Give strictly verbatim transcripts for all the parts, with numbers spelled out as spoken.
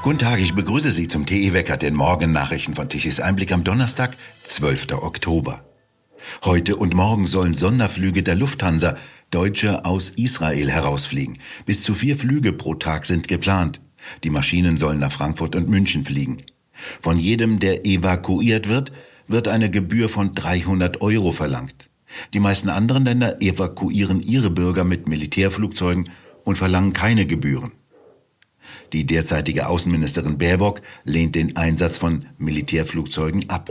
Guten Tag, ich begrüße Sie zum T E-Wecker, den Morgennachrichten von Tichys Einblick am Donnerstag, zwölften Oktober. Heute und morgen sollen Sonderflüge der Lufthansa Deutsche aus Israel herausfliegen. Bis zu vier Flüge pro Tag sind geplant. Die Maschinen sollen nach Frankfurt und München fliegen. Von jedem, der evakuiert wird, wird eine Gebühr von dreihundert Euro verlangt. Die meisten anderen Länder evakuieren ihre Bürger mit Militärflugzeugen und verlangen keine Gebühren. Die derzeitige Außenministerin Baerbock lehnt den Einsatz von Militärflugzeugen ab.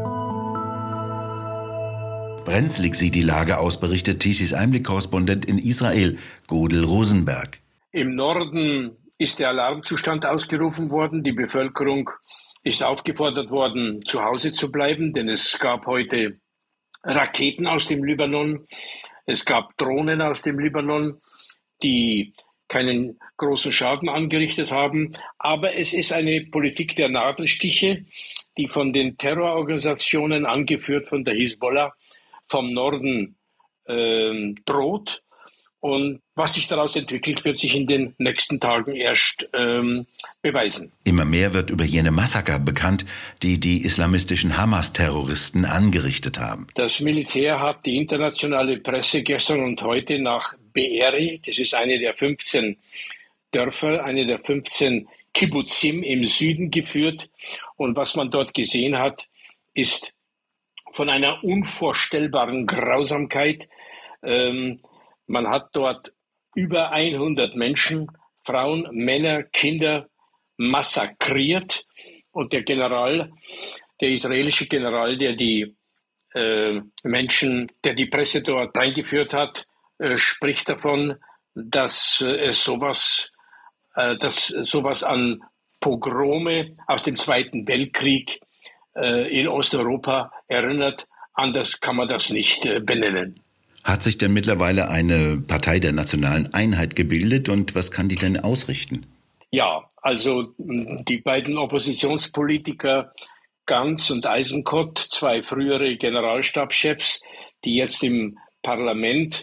Brenzlig sieht die Lage aus, berichtet Tichys Einblick-Korrespondent in Israel, Godel Rosenberg. Im Norden ist der Alarmzustand ausgerufen worden. Die Bevölkerung ist aufgefordert worden, zu Hause zu bleiben, denn es gab heute Raketen aus dem Libanon. Es gab Drohnen aus dem Libanon, die keinen großen Schaden angerichtet haben. Aber es ist eine Politik der Nadelstiche, die von den Terrororganisationen, angeführt von der Hisbollah, vom Norden äh, droht. Und was sich daraus entwickelt, wird sich in den nächsten Tagen erst ähm, beweisen. Immer mehr wird über jene Massaker bekannt, die die islamistischen Hamas-Terroristen angerichtet haben. Das Militär hat die internationale Presse gestern und heute nach Be'eri, das ist eine der fünfzehn Dörfer, eine der fünfzehn Kibbutzim im Süden geführt. Und was man dort gesehen hat, ist von einer unvorstellbaren Grausamkeit. Ähm, man hat dort über hundert Menschen, Frauen, Männer, Kinder massakriert. Und der General, der israelische General, der die äh, Menschen, der die Presse dort eingeführt hat, äh, spricht davon, dass äh, es sowas, äh, dass sowas an Pogrome aus dem Zweiten Weltkrieg äh, in Osteuropa erinnert. Anders kann man das nicht äh, benennen. Hat sich denn mittlerweile eine Partei der nationalen Einheit gebildet und was kann die denn ausrichten? Ja, also die beiden Oppositionspolitiker Gantz und Eisenkot, zwei frühere Generalstabschefs, die jetzt im Parlament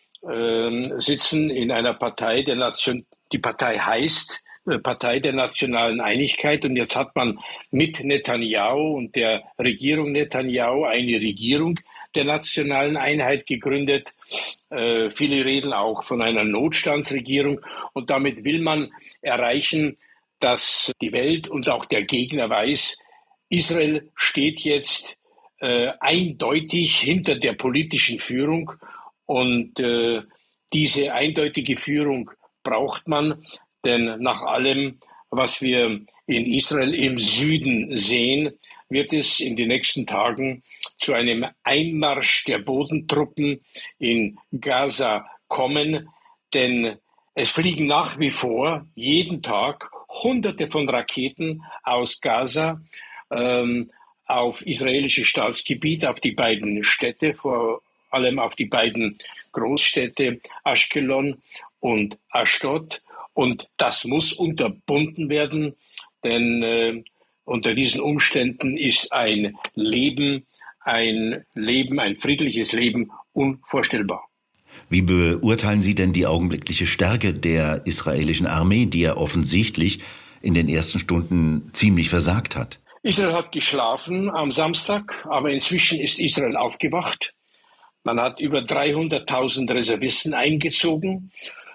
äh, sitzen in einer Partei der Nation, die Partei heißt äh, Partei der nationalen Einigkeit, und jetzt hat man mit Netanyahu und der Regierung Netanyahu eine Regierung der nationalen Einheit gegründet. Äh, viele reden auch von einer Notstandsregierung, und damit will man erreichen, dass die Welt und auch der Gegner weiß, Israel steht jetzt äh, eindeutig hinter der politischen Führung, und äh, diese eindeutige Führung braucht man, denn nach allem, was wir in Israel im Süden sehen, wird es in den nächsten Tagen zu einem Einmarsch der Bodentruppen in Gaza kommen, denn es fliegen nach wie vor jeden Tag Hunderte von Raketen aus Gaza ähm, auf israelisches Staatsgebiet, auf die beiden Städte, vor allem auf die beiden Großstädte Ashkelon und Ashdod. Und das muss unterbunden werden, denn äh, unter diesen Umständen ist ein Leben, ein Leben, ein friedliches Leben unvorstellbar. Wie beurteilen Sie denn die augenblickliche Stärke der israelischen Armee, die ja offensichtlich in den ersten Stunden ziemlich versagt hat? Israel hat geschlafen am Samstag, aber inzwischen ist Israel aufgewacht. Man hat über dreihunderttausend Reservisten eingezogen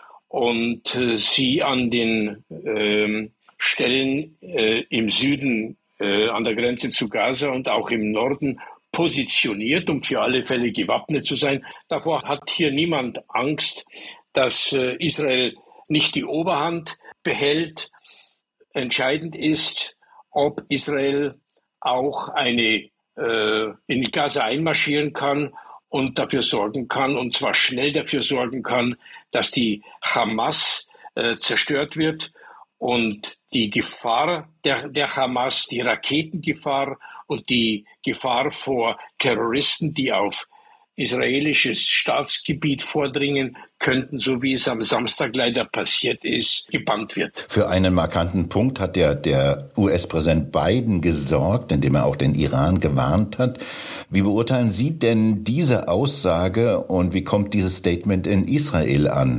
und äh, sie an den äh, Stellen äh, im Süden äh, an der Grenze zu Gaza und auch im Norden positioniert, um für alle Fälle gewappnet zu sein. Davor hat hier niemand Angst, dass äh, Israel nicht die Oberhand behält. Entscheidend ist, ob Israel auch eine äh, in Gaza einmarschieren kann und dafür sorgen kann, und zwar schnell dafür sorgen kann, dass die Hamas äh, zerstört wird und die Gefahr der, der Hamas, die Raketengefahr und die Gefahr vor Terroristen, die auf israelisches Staatsgebiet vordringen könnten, so wie es am Samstag leider passiert ist, gebannt wird. Für einen markanten Punkt hat der, der U S-Präsident Biden gesorgt, indem er auch den Iran gewarnt hat. Wie beurteilen Sie denn diese Aussage und wie kommt dieses Statement in Israel an?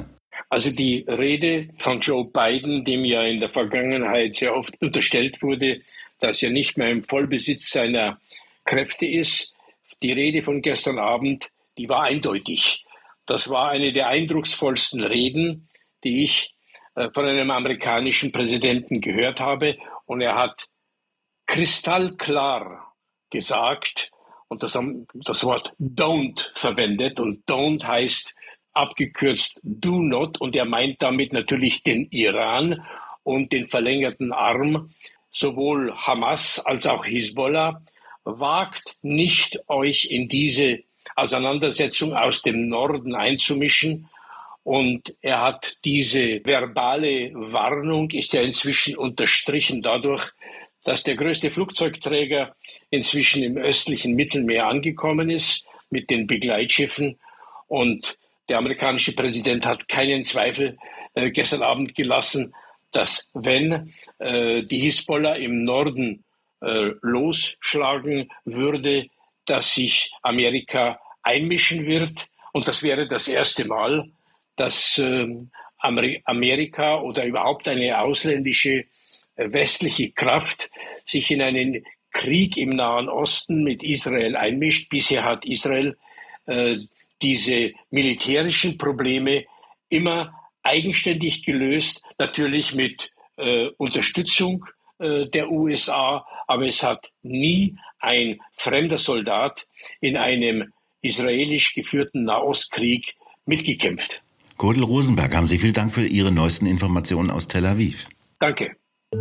Also die Rede von Joe Biden, dem ja in der Vergangenheit sehr oft unterstellt wurde, dass er nicht mehr im Vollbesitz seiner Kräfte ist, die Rede von gestern Abend, die war eindeutig. Das war eine der eindrucksvollsten Reden, die ich äh, von einem amerikanischen Präsidenten gehört habe. Und er hat kristallklar gesagt und das, das Wort don't verwendet. Und don't heißt abgekürzt do not. Und er meint damit natürlich den Iran und den verlängerten Arm. Sowohl Hamas als auch Hisbollah wagt nicht, euch in diese Auseinandersetzung aus dem Norden einzumischen. Und er hat diese verbale Warnung, ist ja inzwischen unterstrichen dadurch, dass der größte Flugzeugträger inzwischen im östlichen Mittelmeer angekommen ist mit den Begleitschiffen. Und der amerikanische Präsident hat keinen Zweifel äh, gestern Abend gelassen, dass wenn äh, die Hisbollah im Norden äh, losschlagen würde, dass sich Amerika einmischen wird. Und das wäre das erste Mal, dass äh, Amerika oder überhaupt eine ausländische äh, westliche Kraft sich in einen Krieg im Nahen Osten mit Israel einmischt. Bisher hat Israel äh, diese militärischen Probleme immer eigenständig gelöst, natürlich mit äh, Unterstützung äh, der U S A, aber es hat nie ein fremder Soldat in einem israelisch geführten Nahostkrieg mitgekämpft. Gordel Rosenberg, haben Sie vielen Dank für Ihre neuesten Informationen aus Tel Aviv. Danke.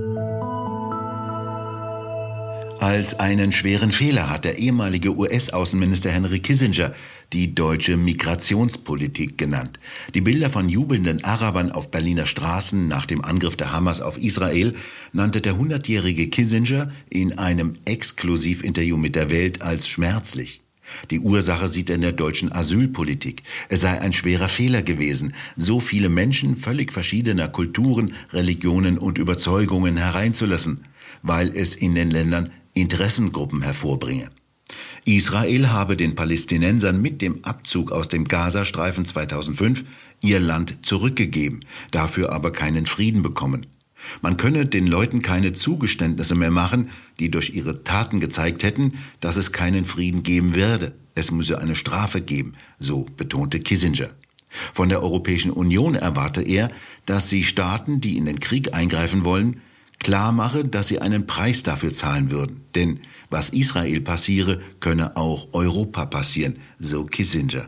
Als einen schweren Fehler hat der ehemalige U S-Außenminister Henry Kissinger die deutsche Migrationspolitik genannt. Die Bilder von jubelnden Arabern auf Berliner Straßen nach dem Angriff der Hamas auf Israel nannte der hundertjährige Kissinger in einem Exklusivinterview mit der Welt als schmerzlich. Die Ursache sieht er in der deutschen Asylpolitik. Es sei ein schwerer Fehler gewesen, so viele Menschen völlig verschiedener Kulturen, Religionen und Überzeugungen hereinzulassen, weil es in den Ländern Interessengruppen hervorbringe. Israel habe den Palästinensern mit dem Abzug aus dem Gazastreifen zweitausendfünf ihr Land zurückgegeben, dafür aber keinen Frieden bekommen. Man könne den Leuten keine Zugeständnisse mehr machen, die durch ihre Taten gezeigt hätten, dass es keinen Frieden geben werde. Es müsse eine Strafe geben, so betonte Kissinger. Von der Europäischen Union erwarte er, dass sie Staaten, die in den Krieg eingreifen wollen, klar mache, dass sie einen Preis dafür zahlen würden. Denn was Israel passiere, könne auch Europa passieren, so Kissinger.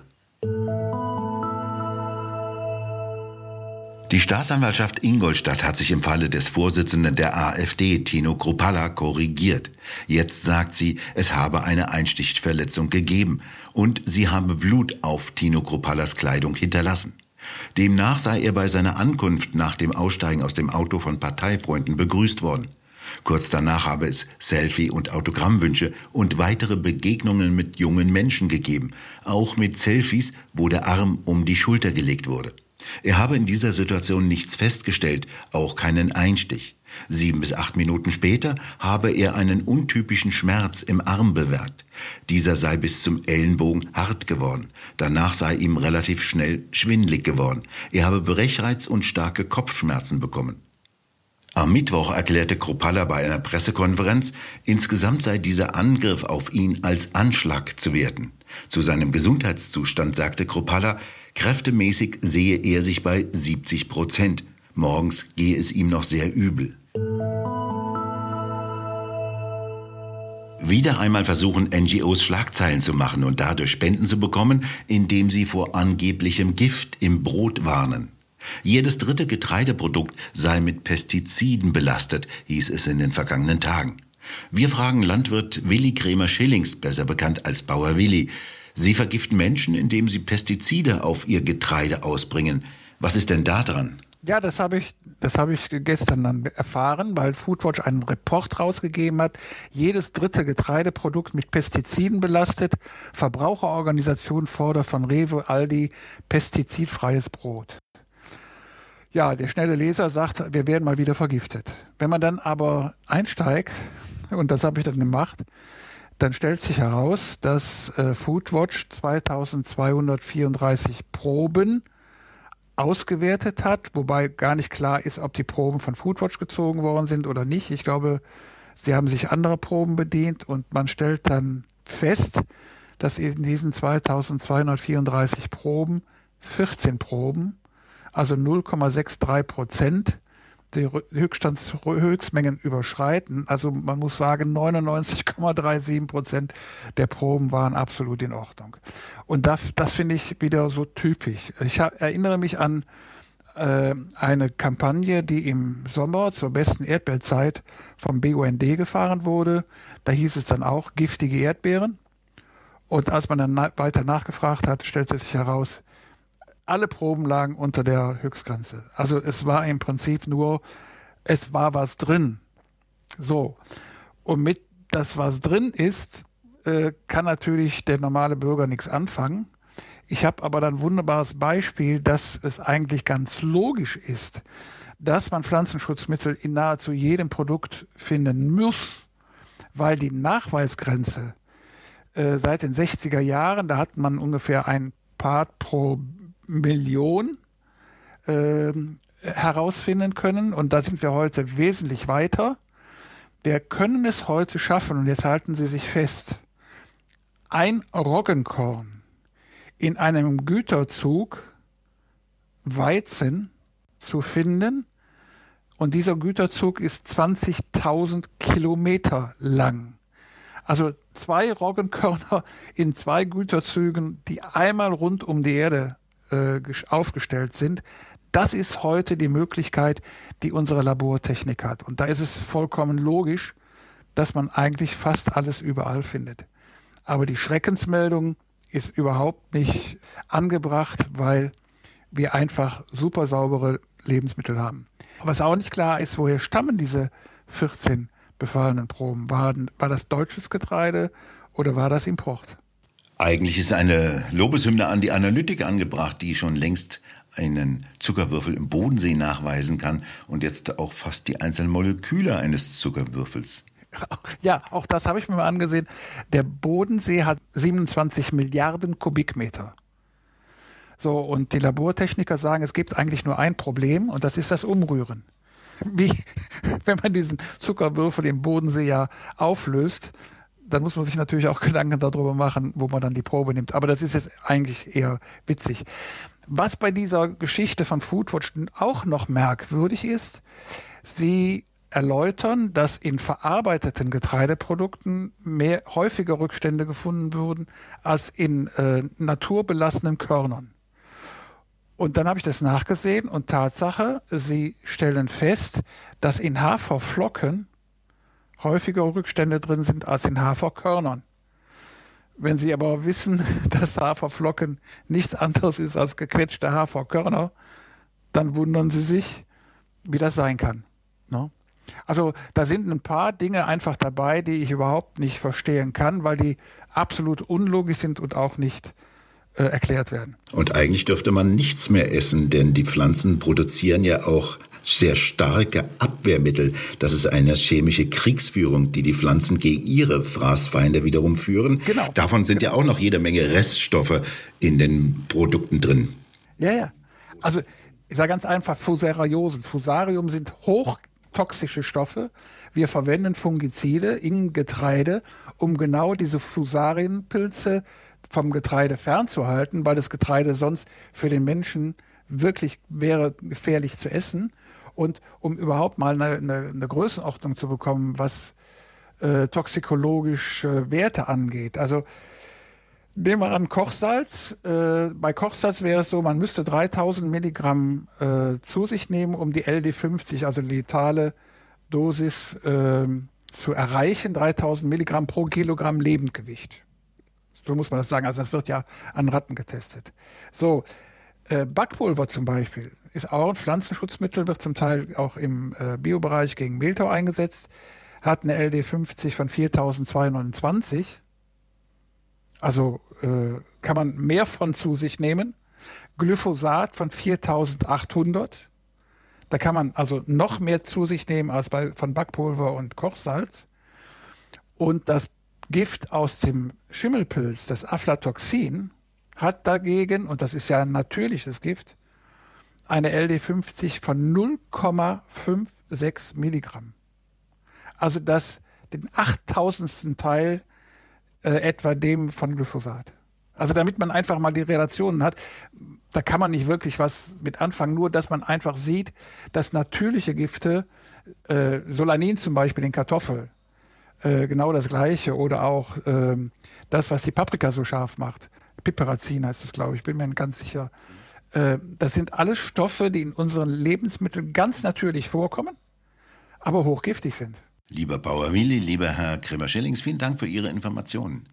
Die Staatsanwaltschaft Ingolstadt hat sich im Falle des Vorsitzenden der AfD, Tino Kruppalla, korrigiert. Jetzt sagt sie, es habe eine Einstichverletzung gegeben und sie habe Blut auf Tino Kruppallas Kleidung hinterlassen. Demnach sei er bei seiner Ankunft nach dem Aussteigen aus dem Auto von Parteifreunden begrüßt worden. Kurz danach habe es Selfie- und Autogrammwünsche und weitere Begegnungen mit jungen Menschen gegeben, auch mit Selfies, wo der Arm um die Schulter gelegt wurde. Er habe in dieser Situation nichts festgestellt, auch keinen Einstich. Sieben bis acht Minuten später habe er einen untypischen Schmerz im Arm bemerkt. Dieser sei bis zum Ellenbogen hart geworden. Danach sei ihm relativ schnell schwindelig geworden. Er habe Brechreiz und starke Kopfschmerzen bekommen. Am Mittwoch erklärte Kruppalla bei einer Pressekonferenz, insgesamt sei dieser Angriff auf ihn als Anschlag zu werten. Zu seinem Gesundheitszustand sagte Kruppalla, kräftemäßig sehe er sich bei siebzig Prozent. Morgens gehe es ihm noch sehr übel. Wieder einmal versuchen N G Os Schlagzeilen zu machen und dadurch Spenden zu bekommen, indem sie vor angeblichem Gift im Brot warnen. Jedes dritte Getreideprodukt sei mit Pestiziden belastet, hieß es in den vergangenen Tagen. Wir fragen Landwirt Willi Krämer-Schillings, besser bekannt als Bauer Willi. Sie vergiften Menschen, indem sie Pestizide auf ihr Getreide ausbringen. Was ist denn da dran? Ja, das habe ich, das habe ich gestern dann erfahren, weil Foodwatch einen Report rausgegeben hat. Jedes dritte Getreideprodukt mit Pestiziden belastet. Verbraucherorganisation fordert von Rewe, Aldi pestizidfreies Brot. Ja, der schnelle Leser sagt, wir werden mal wieder vergiftet. Wenn man dann aber einsteigt, und das habe ich dann gemacht, dann stellt sich heraus, dass äh, Foodwatch zweitausendzweihundertvierunddreißig Proben ausgewertet hat, wobei gar nicht klar ist, ob die Proben von Foodwatch gezogen worden sind oder nicht. Ich glaube, sie haben sich anderer Proben bedient und man stellt dann fest, dass in diesen zweitausendzweihundertvierunddreißig Proben vierzehn Proben, also null Komma drei Prozent, die Höchststands Höchstmengen überschreiten. Also man muss sagen, neunundneunzig Komma siebenunddreißig Prozent der Proben waren absolut in Ordnung. Und das, das finde ich wieder so typisch. Ich erinnere mich an äh, eine Kampagne, die im Sommer zur besten Erdbeerzeit vom B U N D gefahren wurde. Da hieß es dann auch giftige Erdbeeren. Und als man dann na- weiter nachgefragt hat, stellte sich heraus, alle Proben lagen unter der Höchstgrenze. Also es war im Prinzip nur, es war was drin. So. Und mit das, was drin ist, äh, kann natürlich der normale Bürger nichts anfangen. Ich habe aber dann ein wunderbares Beispiel, dass es eigentlich ganz logisch ist, dass man Pflanzenschutzmittel in nahezu jedem Produkt finden muss, weil die Nachweisgrenze äh, seit den sechziger Jahren, da hat man ungefähr ein Part pro Million äh, herausfinden können. Und da sind wir heute wesentlich weiter. Wir können es heute schaffen, und jetzt halten Sie sich fest, ein Roggenkorn in einem Güterzug Weizen zu finden. Und dieser Güterzug ist zwanzigtausend Kilometer lang. Also zwei Roggenkörner in zwei Güterzügen, die einmal rund um die Erde aufgestellt sind. Das ist heute die Möglichkeit, die unsere Labortechnik hat. Und da ist es vollkommen logisch, dass man eigentlich fast alles überall findet. Aber die Schreckensmeldung ist überhaupt nicht angebracht, weil wir einfach super saubere Lebensmittel haben. Was auch nicht klar ist, woher stammen diese vierzehn befallenen Proben? War, war das deutsches Getreide oder war das Import? Eigentlich ist eine Lobeshymne an die Analytik angebracht, die schon längst einen Zuckerwürfel im Bodensee nachweisen kann und jetzt auch fast die einzelnen Moleküle eines Zuckerwürfels. Ja, auch das habe ich mir mal angesehen. Der Bodensee hat siebenundzwanzig Milliarden Kubikmeter. So, und die Labortechniker sagen, es gibt eigentlich nur ein Problem und das ist das Umrühren. Wie, wenn man diesen Zuckerwürfel im Bodensee ja auflöst, dann muss man sich natürlich auch Gedanken darüber machen, wo man dann die Probe nimmt. Aber das ist jetzt eigentlich eher witzig. Was bei dieser Geschichte von Foodwatch auch noch merkwürdig ist, sie erläutern, dass in verarbeiteten Getreideprodukten mehr häufiger Rückstände gefunden wurden als in äh, naturbelassenen Körnern. Und dann habe ich das nachgesehen und Tatsache, sie stellen fest, dass in Haferflocken häufiger Rückstände drin sind als in Haferkörnern. Wenn Sie aber wissen, dass Haferflocken nichts anderes ist als gequetschte Haferkörner, dann wundern Sie sich, wie das sein kann. Ne? Also da sind ein paar Dinge einfach dabei, die ich überhaupt nicht verstehen kann, weil die absolut unlogisch sind und auch nicht äh, erklärt werden. Und eigentlich dürfte man nichts mehr essen, denn die Pflanzen produzieren ja auch sehr starke Abwehrmittel. Das ist eine chemische Kriegsführung, die die Pflanzen gegen ihre Fraßfeinde wiederum führen. Genau. Davon sind genau. ja auch noch jede Menge Reststoffe in den Produkten drin. Ja, ja. Also ich sage ganz einfach, Fusariosen. Fusarium sind hochtoxische Stoffe. Wir verwenden Fungizide in Getreide, um genau diese Fusarienpilze vom Getreide fernzuhalten, weil das Getreide sonst für den Menschen wirklich wäre gefährlich zu essen. Und um überhaupt mal eine, eine, eine Größenordnung zu bekommen, was äh, toxikologische Werte angeht. Also nehmen wir an Kochsalz. Äh, bei Kochsalz wäre es so, man müsste dreitausend Milligramm äh, zu sich nehmen, um die L D fünfzig, also letale Dosis, äh, zu erreichen. dreitausend Milligramm pro Kilogramm Lebendgewicht. So muss man das sagen. Also das wird ja an Ratten getestet. So, äh, Backpulver zum Beispiel ist auch ein Pflanzenschutzmittel, wird zum Teil auch im äh, Biobereich gegen Mehltau eingesetzt, hat eine L D fünfzig von viertausendzweihundertneunundzwanzig. Also äh, kann man mehr von zu sich nehmen. Glyphosat von viertausendachthundert. Da kann man also noch mehr zu sich nehmen als bei, von Backpulver und Kochsalz. Und das Gift aus dem Schimmelpilz, das Aflatoxin, hat dagegen, und das ist ja ein natürliches Gift, eine L D fünfzig von null Komma sechsundfünfzig Milligramm. Also das den achttausendstel Teil äh, etwa dem von Glyphosat. Also damit man einfach mal die Relationen hat, da kann man nicht wirklich was mit anfangen, nur dass man einfach sieht, dass natürliche Gifte, äh, Solanin zum Beispiel in Kartoffel, äh, genau das Gleiche, oder auch äh, das, was die Paprika so scharf macht, Piperazin heißt es, glaube ich, bin mir ganz sicher. Äh, das sind alles Stoffe, die in unseren Lebensmitteln ganz natürlich vorkommen, aber hochgiftig sind. Lieber Bauer-Willi, lieber Herr Krämer-Schillings, vielen Dank für Ihre Informationen.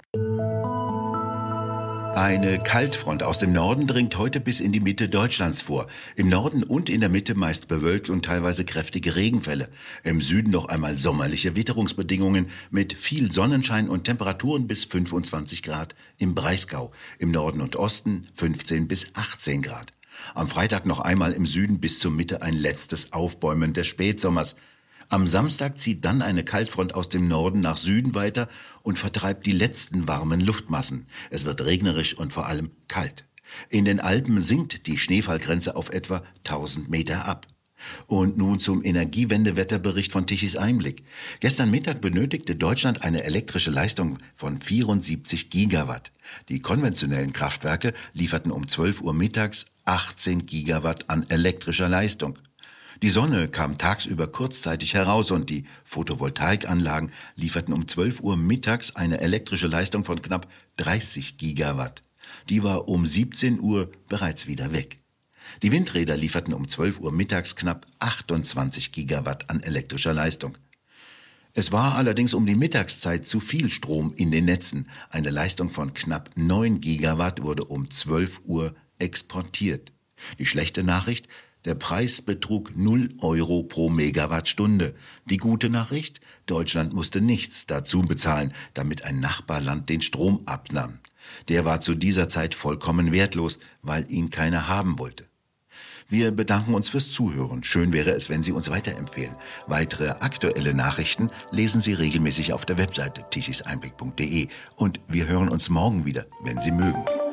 Eine Kaltfront aus dem Norden dringt heute bis in die Mitte Deutschlands vor. Im Norden und in der Mitte meist bewölkt und teilweise kräftige Regenfälle. Im Süden noch einmal sommerliche Witterungsbedingungen mit viel Sonnenschein und Temperaturen bis fünfundzwanzig Grad im Breisgau. Im Norden und Osten fünfzehn bis achtzehn Grad. Am Freitag noch einmal im Süden bis zur Mitte ein letztes Aufbäumen des Spätsommers. Am Samstag zieht dann eine Kaltfront aus dem Norden nach Süden weiter und vertreibt die letzten warmen Luftmassen. Es wird regnerisch und vor allem kalt. In den Alpen sinkt die Schneefallgrenze auf etwa tausend Meter ab. Und nun zum Energiewendewetterbericht von Tichys Einblick. Gestern Mittag benötigte Deutschland eine elektrische Leistung von vierundsiebzig Gigawatt. Die konventionellen Kraftwerke lieferten um zwölf Uhr mittags achtzehn Gigawatt an elektrischer Leistung. Die Sonne kam tagsüber kurzzeitig heraus und die Photovoltaikanlagen lieferten um zwölf Uhr mittags eine elektrische Leistung von knapp dreißig Gigawatt. Die war um siebzehn Uhr bereits wieder weg. Die Windräder lieferten um zwölf Uhr mittags knapp achtundzwanzig Gigawatt an elektrischer Leistung. Es war allerdings um die Mittagszeit zu viel Strom in den Netzen. Eine Leistung von knapp neun Gigawatt wurde um zwölf Uhr exportiert. Die schlechte Nachricht: Der Preis betrug null Euro pro Megawattstunde. Die gute Nachricht: Deutschland musste nichts dazu bezahlen, damit ein Nachbarland den Strom abnahm. Der war zu dieser Zeit vollkommen wertlos, weil ihn keiner haben wollte. Wir bedanken uns fürs Zuhören. Schön wäre es, wenn Sie uns weiterempfehlen. Weitere aktuelle Nachrichten lesen Sie regelmäßig auf der Webseite tichiseinblick punkt de. Und wir hören uns morgen wieder, wenn Sie mögen.